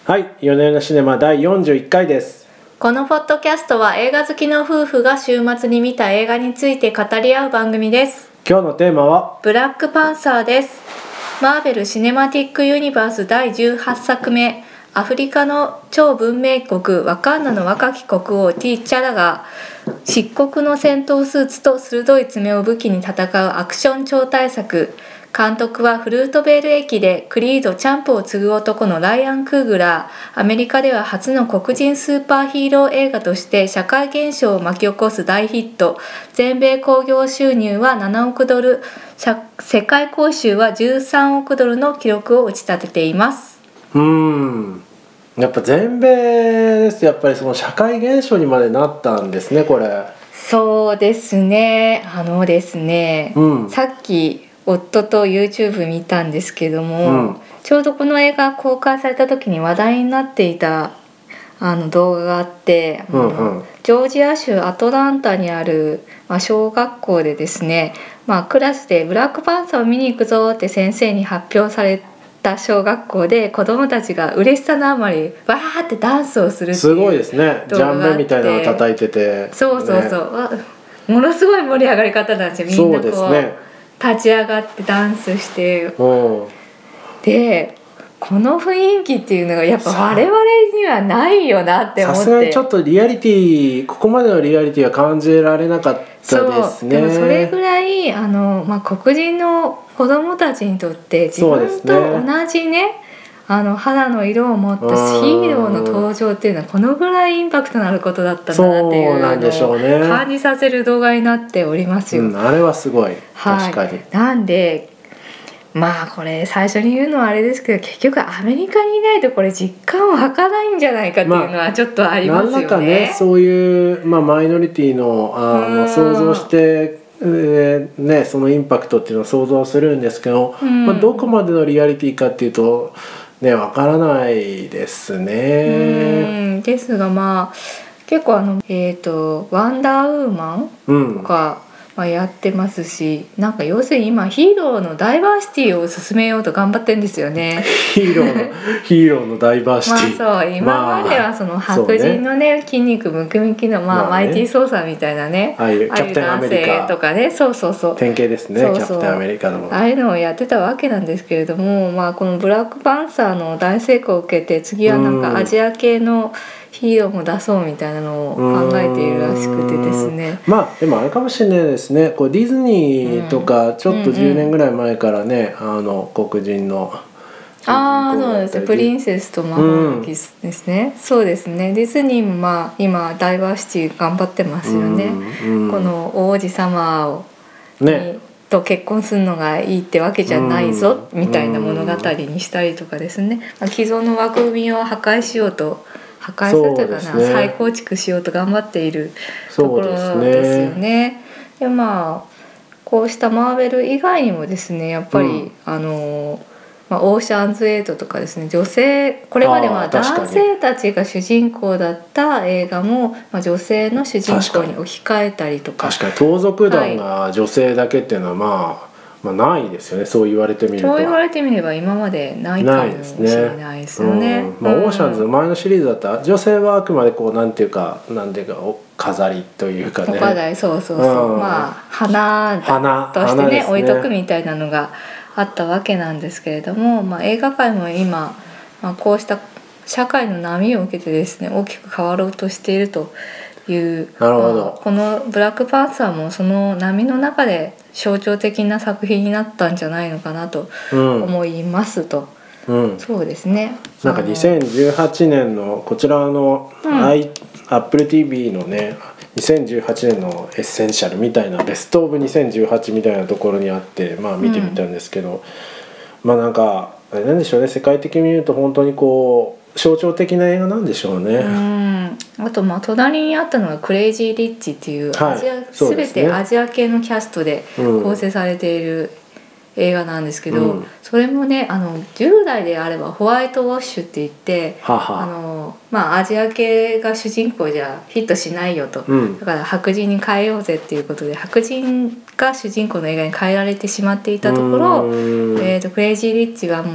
はい、夜な夜なシネマ第41回です。 このポッドキャストは映画好きの夫婦が週末に見た映画について語り合う番組です。 今日のテーマはブラックパンサーです。マーベル・シネマティック・ユニバース第18作目、アフリカの超文明国ワカンダの若き国王ティ・チャラが漆黒の戦闘スーツと鋭い爪を武器に戦うアクション超大作。監督はフルートベール駅でクリード・チャンプを継ぐ男のライアン・クーグラー。アメリカでは初の黒人スーパーヒーロー映画として社会現象を巻き起こす大ヒット。全米興行収入は7億ドル、世界興収は13億ドルの記録を打ち立てています。 やっぱ全米です。やっぱりその社会現象にまでなったんですね、これ。 そうですね。ですね、さっき夫と YouTube 見たんですけども、ちょうどこの映画公開された時に話題になっていた動画があって、ジョージア州アトランタにある、小学校でですね、クラスでブラックパンサーを見に行くぞって先生に発表された小学校で、子どもたちが嬉しさのあまりわーってダンスをするっていうすごいですね。ジャンベみたいなのを叩いてて、 そう、ものすごい盛り上がり方なんですよ。みんなこうそうですね、 立ち上がってダンスして、でこの雰囲気っていうのがやっぱ我々にはないよなって思って、 さすがにちょっとリアリティ、ここまでのリアリティは感じられなかったですね。 でもそれぐらい黒人の子どもたちにとって自分と同じね、肌の色を持ったヒーローの登場っていうのはこのぐらいインパクトのあることだったんだなっていうのを感じさせる動画になっておりますよ。 あれはすごい、確かに。 なんでこれ最初に言うのはあれですけど、結局アメリカにいないとこれ実感を湧かないんじゃないかっていうのはちょっとありますよね。 何らかね、そういう、マイノリティの想像してそのインパクトっていうのを想像するんですけど、どこまでのリアリティかっていうとね、わからないですね。 ですが結構ワンダーウーマンとか、やってますし、なんか要するに今ヒーローのダイバーシティを進めようと頑張ってるんですよね。 ヒーローのダイバーシティ。 そう、今まではその白人のね、筋肉ムキムキのマイティーソーサーみたいなね、 ああいうキャプテンアメリカとかね、そう典型ですね。キャプテンアメリカのああいうのをやってたわけなんですけれども、このブラックパンサーの大成功を受けて、次はなんかアジア系のヒーローも出そうみたいなのを考えているらしくてですね。 でもあれかもしれないですね。こうディズニーとかちょっと10年ぐらい前からね、黒人のそうですね、プリンセスと魔法のキスですね。そうですね、ディズニーも今ダイバーシティ頑張ってますよね。この王子様をと結婚するのがいいってわけじゃないぞみたいな物語にしたりとかですね、既存の枠組みを破壊するというか再構築しようと頑張っているところですよね。でこうしたマーベル以外にもですね、やっぱりオーシャンズ8とかですね、これまでは男性たちが主人公だった映画も、女性の主人公に置き換えたりとか。 確かに盗賊団が女性だけっていうのはないですよね。そう言われてみると。 そう言われてみれば今までないかもしれないですよね。 オーシャンズ前のシリーズだったら女性はあくまでこうなんていうか飾りというかね。花としてね置いとくみたいなのがあったわけなんですけれども、映画界も今、こうした社会の波を受けてですね、大きく変わろうとしているという。 なるほど。 このブラックパンサーもその波の中で象徴的な作品になったんじゃないのかなと思いますと。そうですね。 なんか2018年のこちらのApple TV のね、2018年のエッセンシャルみたいなベストオブ2018みたいなところにあって見てみたんですけど、なんか何でしょうね、世界的に見ると本当にこう象徴的な映画なんでしょうね。 あと隣にあったのがクレイジー・リッチっていう全てアジア系のキャストで構成されている映画なんですけど、それもね10代であればホワイトウォッシュって言ってアジア系が主人公じゃヒットしないよと、だから白人に変えようぜっていうことで白人が主人公の映画に変えられてしまっていたところ、クレイジー・リッチはもう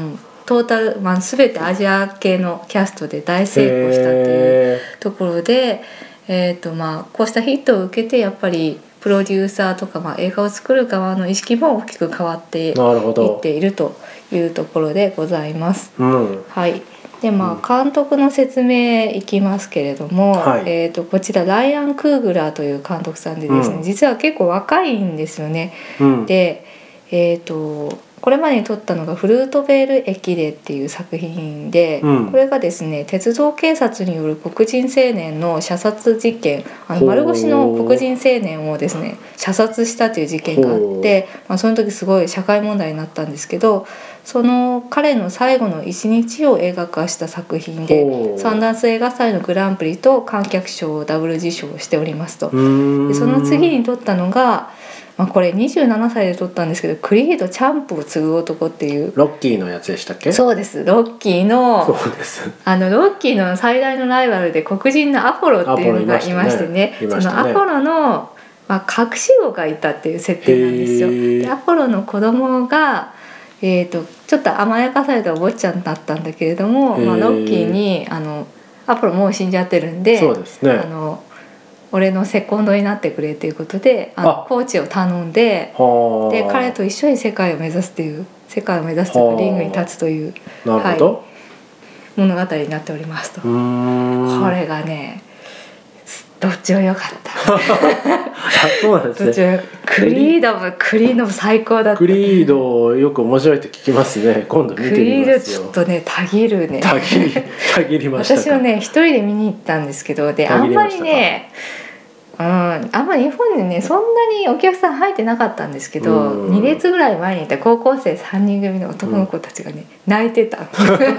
トータル、全てアジア系のキャストで大成功したっていうところで、こうしたヒットを受けてやっぱりプロデューサーとか、映画を作る側の意識も大きく変わっていっているというところでございます。はい。で監督の説明いきますけれども、はい、こちらライアン・クーグラーという監督さんでですね、実は結構若いんですよね。で、これまでに撮ったのがフルートベール駅でっていう作品で、これがですね鉄道警察による黒人青年の射殺事件、丸腰の黒人青年をですね射殺したという事件があって、その時すごい社会問題になったんですけど、その彼の最後の一日を映画化した作品で、サンダース映画祭のグランプリと観客賞をダブル受賞しておりますと。でその次に撮ったのがこれ27歳で撮ったんですけど、クリードチャンプを継ぐ男っていうロッキーのやつでしたっけ？ そうです。ロッキーのロッキーの最大のライバルで黒人のアポロっていうのがいましてね、そのアポロの、隠し子がいたっていう設定なんですよ。でアポロの子供が、ちょっと甘やかされたお坊ちゃんだったんだけれども、ロッキーにアポロもう死んじゃってるんで、 そうですね、 俺のセコンドになってくれということでコーチを頼んで、で彼と一緒に世界を目指すというリングに立つという、 なるほど、 物語になっておりますと。これがねどっちも良かったそうなんですね。 クリードも最高だった、 クリードよく面白いって聞きますね。今度見てみますよ。 クリードちょっとねたぎるねたぎりましたか。 私はね一人で見に行ったんですけど、であんまりねあんまり日本でねそんなにお客さん入ってなかったんですけど、2列ぐらい前にいた高校生3人組の男の子たちがね、泣いてた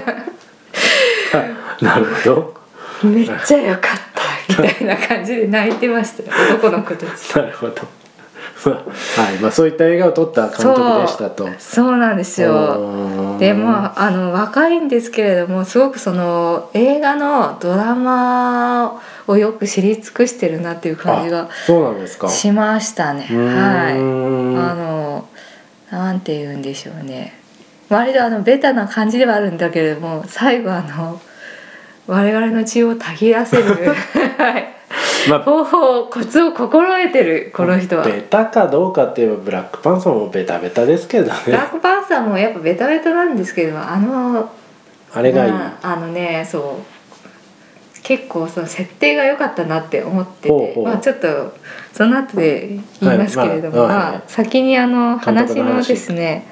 なるほど、 めっちゃ良かったみたいな感じで泣いてましたよ男の子たち。 なるほどはい、そういった映画を撮った監督でしたと。 そうなんですよ。で若いんですけれどもすごくその映画のドラマをよく知り尽くしてるなっていう感じがしましたね。はい、なんて言うんでしょうね、割とベタな感じではあるんだけれども、最後我々の血をたぎらせる方法コツを心得てるこの人は。 ベタかどうかっていえばブラックパンサーもベタベタですけどね。 ブラックパンサーもやっぱベタベタなんですけど、あれがいい、 そう結構その設定が良かったなって思ってて、ちょっとその後で言いますけれども、先に話のですね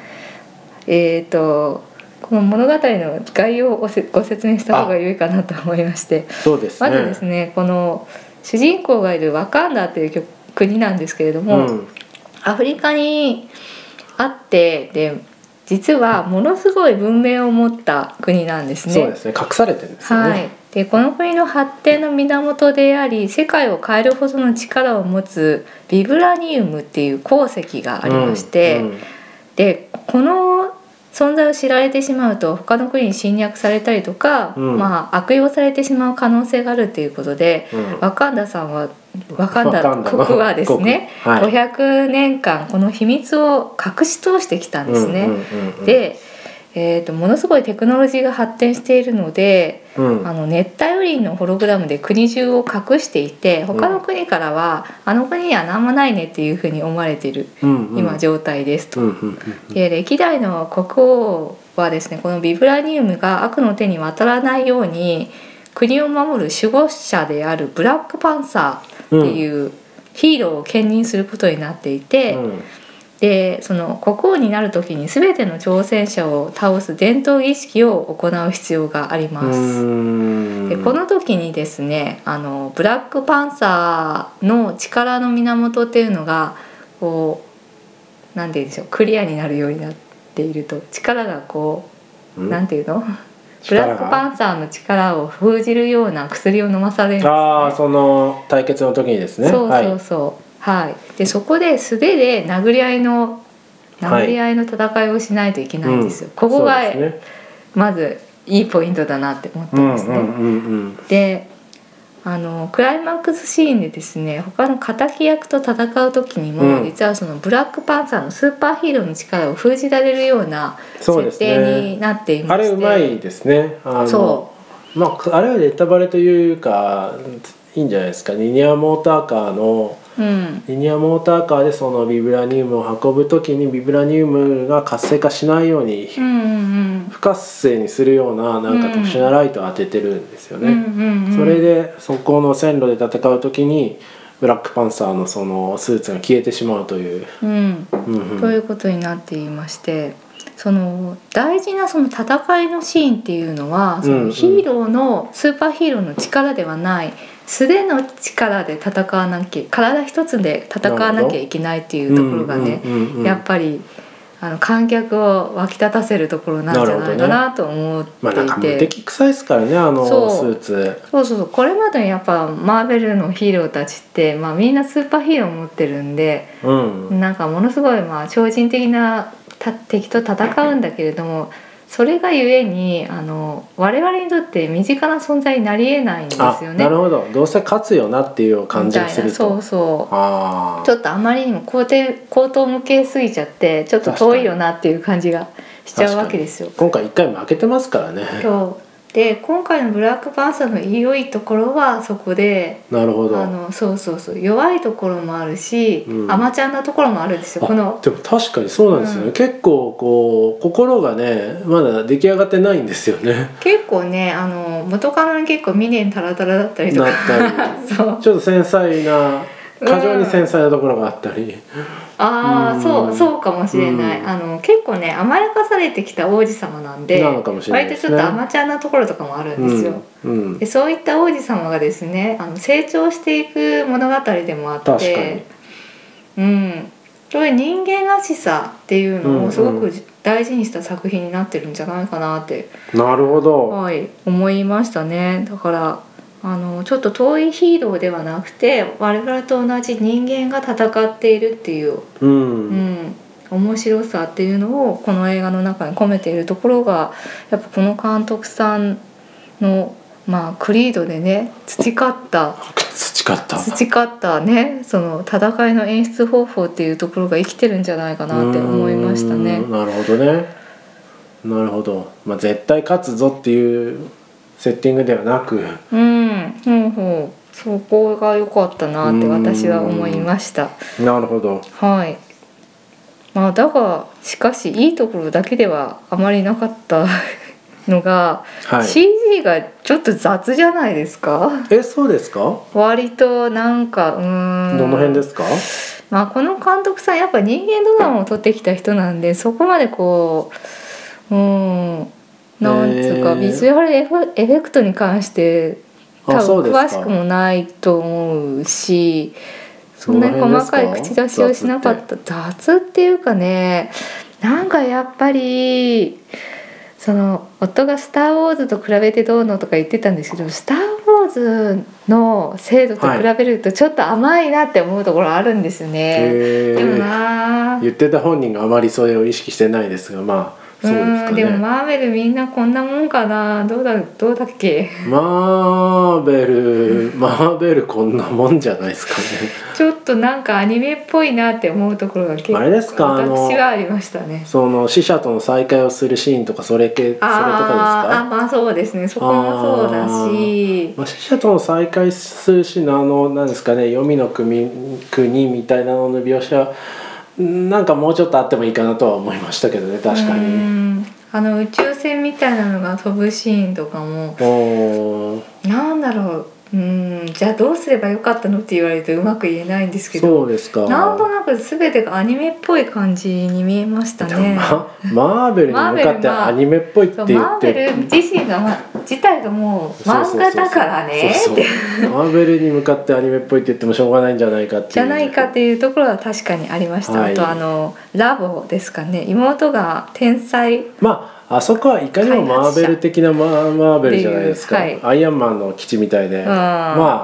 この物語の概要をご説明した方が良いかなと思いまして、 そうですね、 まずですねこの主人公がいるワカンダという国なんですけれども、アフリカにあってで実はものすごい文明を持った国なんですね。 そうですね、隠されてるんですよね。はい、 でこの国の発展の源であり世界を変えるほどの力を持つビブラニウムっていう鉱石がありまして、でこの存在を知られてしまうと他の国に侵略されたりとか、悪用されてしまう可能性があるということで、ワカンダ国はですね、500年間この秘密を隠し通してきたんですね。で、ものすごいテクノロジーが発展しているので、熱帯雨林のホログラムで国中を隠していて、他の国からはあの国には何もないねっていうふうに思われている、今状態ですと。で歴代の国王はですねこのビブラニウムが悪の手に渡らないように国を守る守護者であるブラックパンサーっていうヒーローを兼任することになっていて、でその国王になる時に全ての挑戦者を倒す伝統儀式を行う必要があります。でこの時にですねブラックパンサーの力の源っていうのがこうなんて言うんでしょう、クリアになるようになっていると、力がこうなんていうのブラックパンサーの力を封じるような薬を飲まされるんですね。 その対決の時にですね。 はい、でそこで素手で殴り合いの戦いをしないといけないんですよ。ここがまずいいポイントだなって思ったんですね。でクライマックスシーンでですね他の敵役と戦う時にも、実はそのブラックパンサーのスーパーヒーローの力を封じられるような設定になっていまして、 あれうまいですね。そうまああれはネタバレというかいいんじゃないですか。リニアモーターカーでそのビブラニウムを運ぶ時にビブラニウムが活性化しないように不活性にするようななんか特殊なライトを当ててるんですよね。それでそこの線路で戦う時にブラックパンサーのそのスーツが消えてしまうという、 ということになっていまして、その大事なその戦いのシーンっていうのは、そのヒーローのスーパーヒーローの力ではない素手の力で戦わなきゃ、体一つで戦わなきゃいけないっていうところがね、やっぱり観客を沸き立たせるところなんじゃないかなと思っていて、 なんか無敵臭いですからね、スーツ。 そうこれまでやっぱマーベルのヒーローたちって、みんなスーパーヒーロー持ってるんで、なんかものすごい超人的な敵と戦うんだけれども、それがゆえに我々にとって身近な存在になりえないんですよね。 なるほど、どうせ勝つよなっていう感じがすると、ちょっとあまりにも口頭向けすぎちゃってちょっと遠いよなっていう感じがしちゃうわけですよ。 今回1回負けてますからね。 で今回のブラックパンサーの良いところはそこで、 なるほど、 弱いところもあるし、甘ちゃんなところもあるんですよ。でも確かにそうなんですよね、結構こう心がねまだ出来上がってないんですよね。 結構ね元カノに結構未練タラタラだったりとかちょっと繊細な過剰に繊細なところがあったり、 そうかもしれない、結構ね甘やかされてきた王子様なんで、割とちょっと甘ちゃんなところとかもあるんですよ。でそういった王子様がですね成長していく物語でもあって、そういう人間らしさっていうのをすごく大事にした作品になってるんじゃないかなって、 なるほど、 思いましたね。だからちょっと遠いヒーローではなくて我々と同じ人間が戦っているっていう、面白さっていうのをこの映画の中に込めているところが、やっぱこの監督さんのクリードでね培ったねその戦いの演出方法っていうところが生きてるんじゃないかなって思いましたね。 なるほどね、なるほど、絶対勝つぞっていうセッティングではなく、そこが良かったなって私は思いました。 なるほど、 だがしかしいいところだけではあまりなかったのが、CG がちょっと雑じゃないですか？ そうですか？ 割となんかどの辺ですか？ この監督さんやっぱ人間ドラマを撮ってきた人なんで、そこまでこうなんつうかビジュアルエフェクトに関して多分詳しくもないと思うし、そんなに細かい口出しをしなかった。雑っていうかね、なんかやっぱりその夫がスター・ウォーズと比べてどうのとか言ってたんですけど、スター・ウォーズの精度と比べるとちょっと甘いなって思うところあるんですよね。でも言ってた本人があまりそれを意識してないですが、そうですかね。 でもマーベルみんなこんなもんかな、どうだっけ。 マーベルこんなもんじゃないですかね。 ちょっとなんかアニメっぽいなって思うところが結構私はありましたね。 その死者との再会をするシーンとかそれとかですか？ そうですね、そこもそうだし、 死者との再会するシーンの何ですかね、黄泉の国みたいなのの描写なんかもうちょっとあってもいいかなとは思いましたけどね。確かに宇宙船みたいなのが飛ぶシーンとかもなんだろう、じゃあどうすればよかったのって言われるとうまく言えないんですけど、 そうですか、 なんとなく全てがアニメっぽい感じに見えましたね。 マーベルに向かってアニメっぽいって言って、 マーベル自体がもう漫画だからねってマーベルに向かってアニメっぽいって言ってもしょうがないんじゃないかっていうところは確かにありました、あとラボですかね、妹が天才、 あそこはいかにもマーベル的なマーベルじゃないですか、アイアンマンの基地みたいで、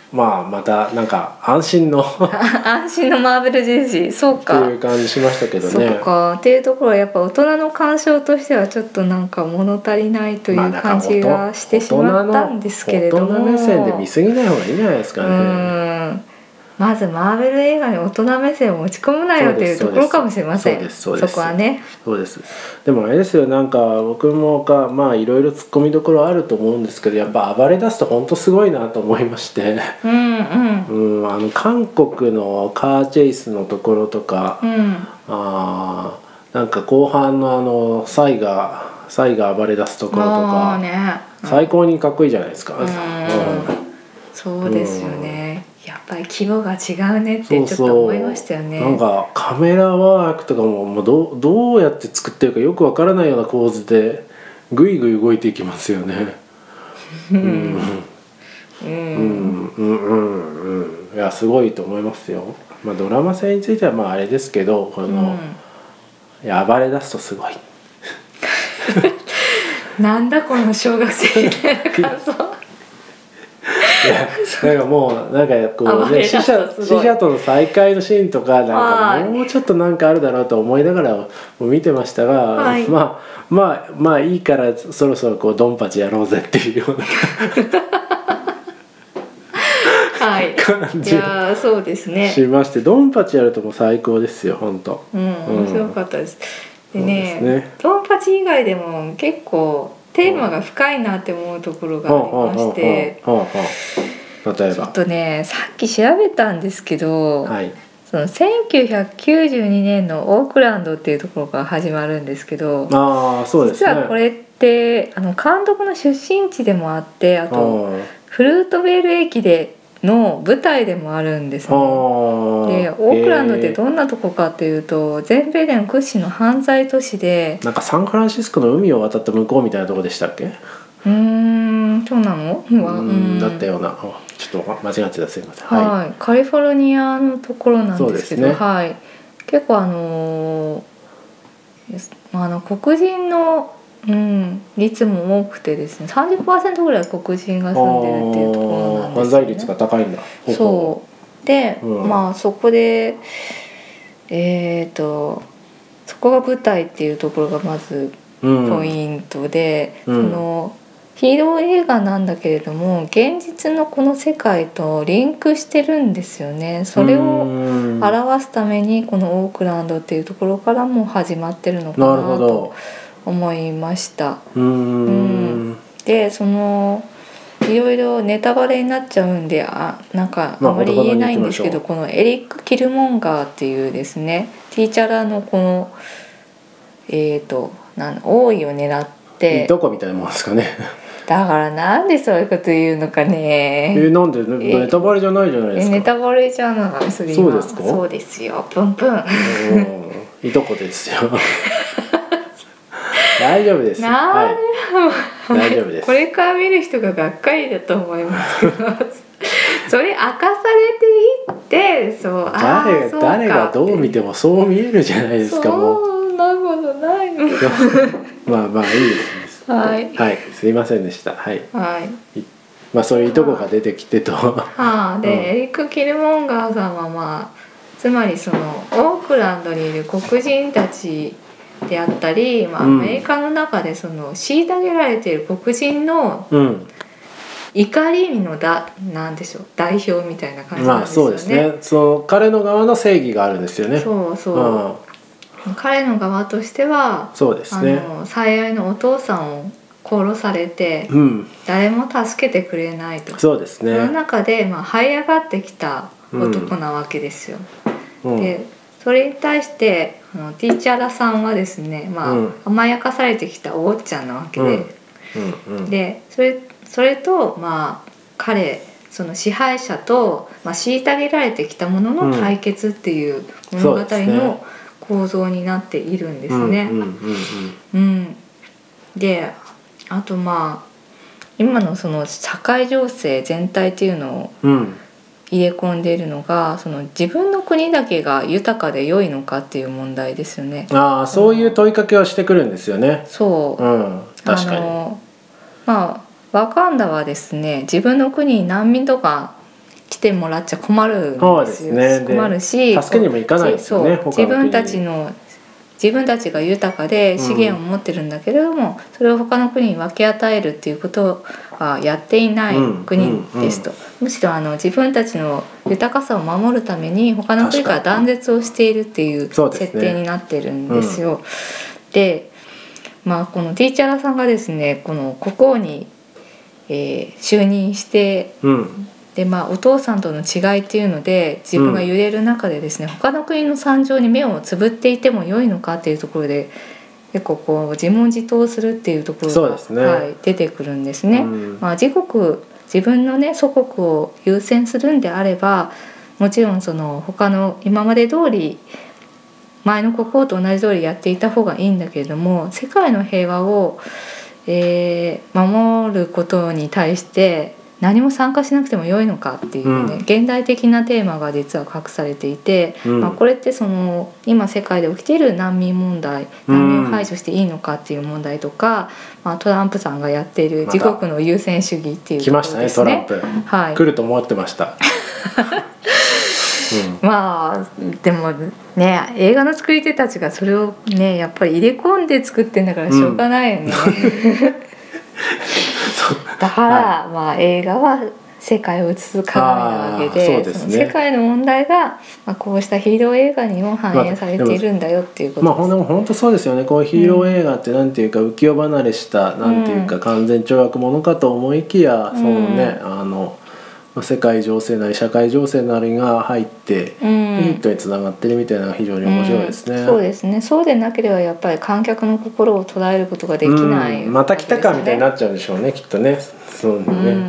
まあまたなんか安心の安心のマーベルジェシー、そうかっていう感じしましたけどね。 そうかっていうところはやっぱ大人の鑑賞としてはちょっとなんか物足りないという感じがしてしまったんですけれども、 大人目線で見過ぎない方がいいんじゃないですかね。 まずマーベル映画に大人目線を持ち込むなよっていうところかもしれません。そこはね。 そうです。でもあれですよ、なんか僕もまあいろいろ突っ込みどころあると思うんですけど、やっぱ暴れ出すと本当すごいなと思いまして、韓国のカーチェイスのところとか、なんか後半のサイが暴れ出すところとか、最高にかっこいいじゃないですか。 そうですよね。やっぱり規模が違うねってちょっと思いましたよね。 なんかカメラワークとかもどうやって作ってるかよくわからないような構図でぐいぐい動いていきますよね。いやすごいと思いますよ。まあドラマ性についてはまああれですけど、いや暴れ出すとすごい。 なんだこの小学生みたいな感想。 いやなんかもうなんかこうね、死者との再会のシーンとかなんかもうちょっとなんかあるだろうと思いながら見てましたが、まあいいからそろそろこうドンパチやろうぜっていうような感じがそうですね。 しまして、ドンパチやるともう最高ですよ本当。 面白かったです。でね、ドンパチ以外でも結構テーマが深いなって思うところがありまして、 例えばちょっとねさっき調べたんですけど、その1992年のオークランドっていうところから始まるんですけど、 そうですね、 実はこれって監督の出身地でもあって、あとフルートベール駅の舞台でもあるんですね。でオークランドってどんなとこかっていうと、全米でも屈指の犯罪都市で、 なんかサンフランシスコの海を渡った向こうみたいなとこでしたっけ？ そうなの？ だったような、ちょっと間違ってた、すいません。 カリフォルニアのところなんですけど、結構黒人の率も多くてですね、30% ぐらい黒人が住んでるっていうところなんですよね。 犯罪率が高いんだ。 そうで、まあそこでそこが舞台っていうところがまずポイントで、そのヒーロー映画なんだけれども現実のこの世界とリンクしてるんですよね。それを表すためにこのオークランドっていうところからも始まってるのかなと思いました。でそのいろいろネタバレになっちゃうんでなんかあまり言えないんですけど、このエリック・キルモンガーっていうですねティーチャラのこの王位を狙ってどこみたいなもんですかね。 だからなんでそういうこと言うのかね。 なんでネタバレじゃないじゃないですか。 ネタバレじゃない。それそうですか。 そうですよ。プンプン。 いとこですよ。大丈夫です。大丈夫です。 これから見る人ががっかりだと思いますけど。それ明かされていって、 誰がどう見てもそう見えるじゃないですか。もう。 そんなことないの。 まあいいです。すいませんでした。まあそういうとこが出てきてと。 でエリック・キルモンガーさんはつまりそのオークランドにいる黒人たちであったり、アメリカの中でその虐げられている黒人の怒りのなんでしょう、代表みたいな感じなんですよね。 そうですね。彼の側の正義があるんですよね。 彼の側としてはそうですね、 最愛のお父さんを殺されて、誰も助けてくれないと。 そうですね。 その中で這い上がってきた男なわけですよ。でそれに対してティーチャラさんはですね、甘やかされてきたお坊ちゃんなわけで、でそれとその支配者と、虐げられてきたものの対決っていう物語の構造になっているんですね。であと今のその社会情勢全体っていうのを入れ込んでいるのが、その自分の国だけが豊かで良いのかっていう問題ですよね。 そういう問いかけをしてくるんですよね。 そう、 確かに。 ワカンダはですね、自分の国に難民とか来てもらっちゃ困るんですよ。 そうですね。 困るし、 助けにもいかないですよね。 そう自分たちが豊かで資源を持ってるんだけれども、それを他の国に分け与えるっていうことはやっていない国ですと、むしろ自分たちの豊かさを守るために他の国から断絶をしているっていう設定になってるんですよ。で、このティーチャラさんがですね、この国王に、就任して、でお父さんとの違いっていうので自分が揺れる中でですね、他の国の惨状に目をつぶっていても良いのかっていうところで結構こう自問自答するっていうところが、出てくるんですね。自分のね祖国を優先するんであれば、もちろんその他の今まで通り前の国王と同じ通りやっていた方がいいんだけれども、世界の平和を、守ることに対して何も参加しなくても良いのかっていうね、現代的なテーマが実は隠されていて、これってその今世界で起きている難民問題、難民を排除していいのかっていう問題とか、トランプさんがやっている自国の優先主義っていうところですね。 来ましたね、トランプ、来ると思ってましたでもね、映画の作り手たちがそれをねやっぱり入れ込んで作ってんだからしょうがないよね、だから、映画は世界を映す鏡なわけで、その世界の問題が、こうしたヒーロー映画にも反映されているんだよっていうことです。 本当そうですよね。こうヒーロー映画ってなんていうか浮世離れしたなんていうか完全懲悪ものかと思いきや、そのね世界情勢なり社会情勢なりが入ってヒットにつながってるみたいなのが非常に面白いですね。 そうですね。そうでなければやっぱり観客の心を捉えることができない、 また来たかみたいになっちゃうんでしょうね、きっとね。そう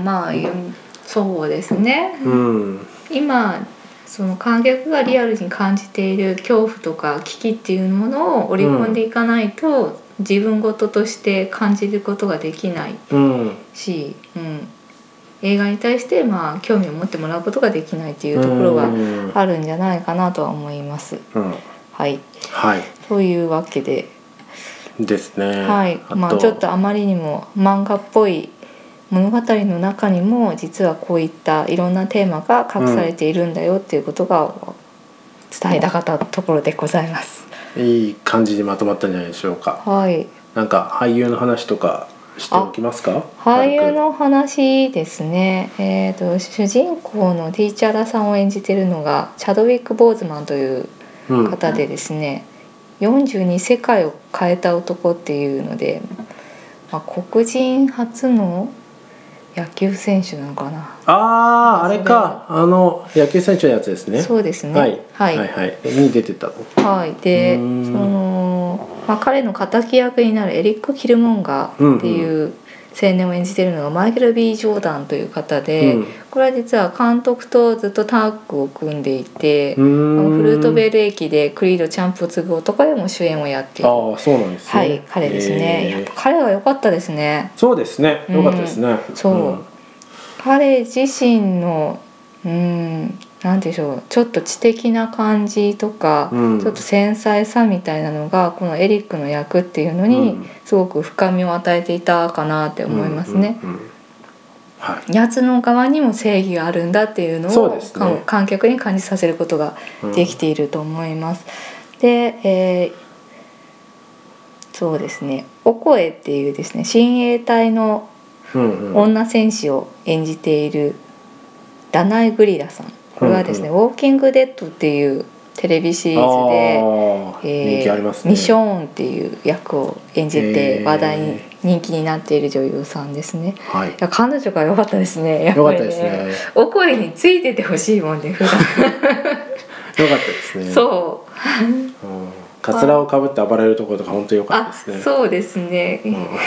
ですね。今その観客がリアルに感じている恐怖とか危機っていうものを織り込んでいかないと、自分事として感じることができないし、映画に対して興味を持ってもらうことができないっていうところがあるんじゃないかなとは思います。というわけでですね。 ちょっとあまりにも漫画っぽい物語の中にも実はこういったいろんなテーマが隠されているんだよっていうことが伝えたかったところでございます。 いい感じにまとまったんじゃないでしょうか。なんか俳優の話とかしておきますか？ 俳優の話ですね。主人公のティーチャラさんを演じているのがチャドウィック・ボーズマンという方でですね、42世界を変えた男っていうので、黒人初の野球選手なのかな。 あれか、野球選手のやつですね。 そうですね。 に出てたの。 でその、彼の敵役になるエリック・キルモンガーっていう青年を演じているのがマイケル・ B ・ジョーダンという方で、これは実は監督とずっとタッグを組んでいて、フルートベル駅でクリード・チャンプを継ぐ男でも主演をやっている。 そうなんですね。 彼ですね。やっぱ彼は良かったですね。 そうですね。良かったですね。 彼自身のなんでしょう、ちょっと知的な感じとか、ちょっと繊細さみたいなのがこのエリックの役っていうのにすごく深みを与えていたかなって思いますね。やつの側にも正義があるんだっていうのを観客に感じさせることができていると思います。で、そうですね、オコエっていうですね、親衛隊の女戦士を演じているダナイ・グリラさん、これはですね、ウォーキングデッドっていうテレビシリーズで、 人気ありますね。 ミショーンっていう役を演じて話題に人気になっている女優さんですね。いや彼女が良かったですね。やっぱりね、お声についててほしいもんで普段良かったですね。カツラをかぶって暴れるところとか本当良かったですね。 そうですね。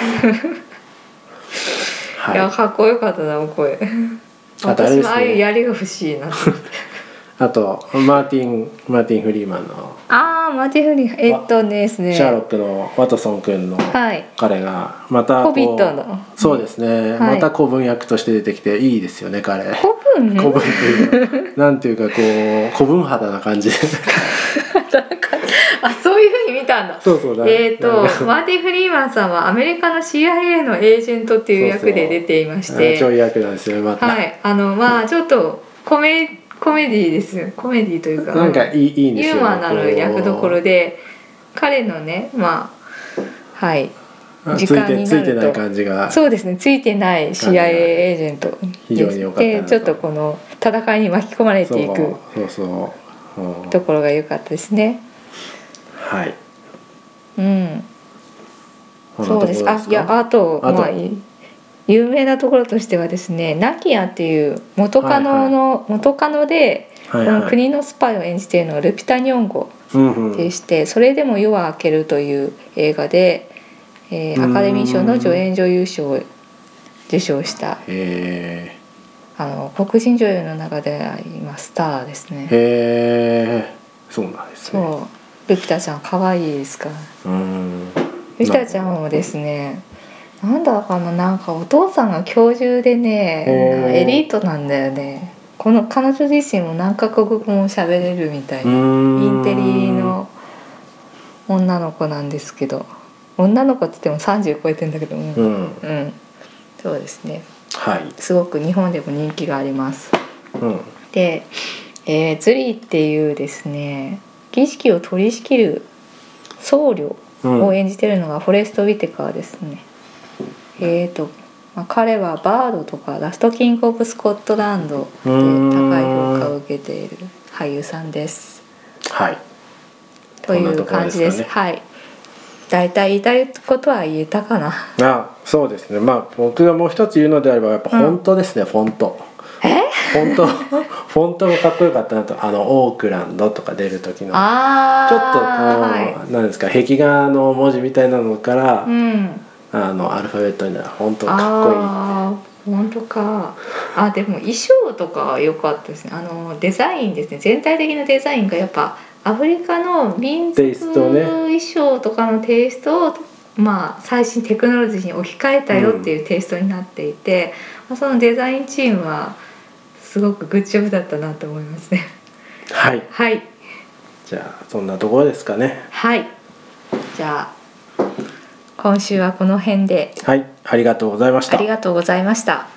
いやかっこよかったな、お声。私もああいう槍が欲しいな。 あとマーティン・フリーマンのマーティン・フリーマンですね、 シャーロックのワトソン君の彼がまたホビットのそうですね、また古文役として出てきていいですよね彼。古文っていうなんていうかこう古文肌な感じでそういう風に見たんだ。 そうだ。 マーティン・フリーマンさんはアメリカの CIA のエージェントっていう役で出ていまして、 ちょい役なんですよまた。 ちょっとコメディですよ。コメディというかなんかいいんですよ、 ユーモアのある役どころで、彼のねはい時間になついてるとない感じがそうですね、ついてない CIA エージェント非常に良かったなとでちょっとこの戦いに巻き込まれていくそうところが良かったですね。 はい。 うん。そうです。 あと有名なところとしてはですね、ナキアっていう元カノで、この国のスパイを演じているのはルピタ・ニョンゴでして、それでも夜は明けるという映画で、アカデミー賞の助演女優賞を受賞した黒人女優の中では今スターですね。 そうなんですね。 そう、ルピタちゃん可愛いですから。ルピタちゃんもですね、なんだかな、なんかお父さんが教授でね、エリートなんだよね。この彼女自身も何カ国語も喋れるみたいなインテリの女の子なんですけど、女の子って言っても30超えてんだけども、そうですね、 はい、 すごく日本でも人気があります。 うん、 で、ズリっていうですね、儀式を取り仕切る僧侶を演じてるのがフォレスト・ウィテカーですね。彼はバードとかラストキング・オブ・スコットランドで高い評価を受けている俳優さんです。 はい。 という感じです。はい。だいたい言いたいことは言えたかな。 そうですね。僕がもう一つ言うのであればやっぱフォントですね。フォント。フォントもかっこよかったなと。オークランドとか出る時のちょっとなんですか、壁画の文字みたいなのから、アルファベットになるフォントかっこいい。 本当か。でも衣装とかは良かったですね。デザインですね。全体的なデザインがやっぱアフリカの民族衣装とかのテイストを、最新テクノロジーに置き換えたよっていうテイストになっていて、そのデザインチームはすごくグッジョブだったなと思いますね。 はい。 はい。 じゃあそんなところですかね。 はい。じゃあ今週はこの辺で。 はい、ありがとうございました。 ありがとうございました。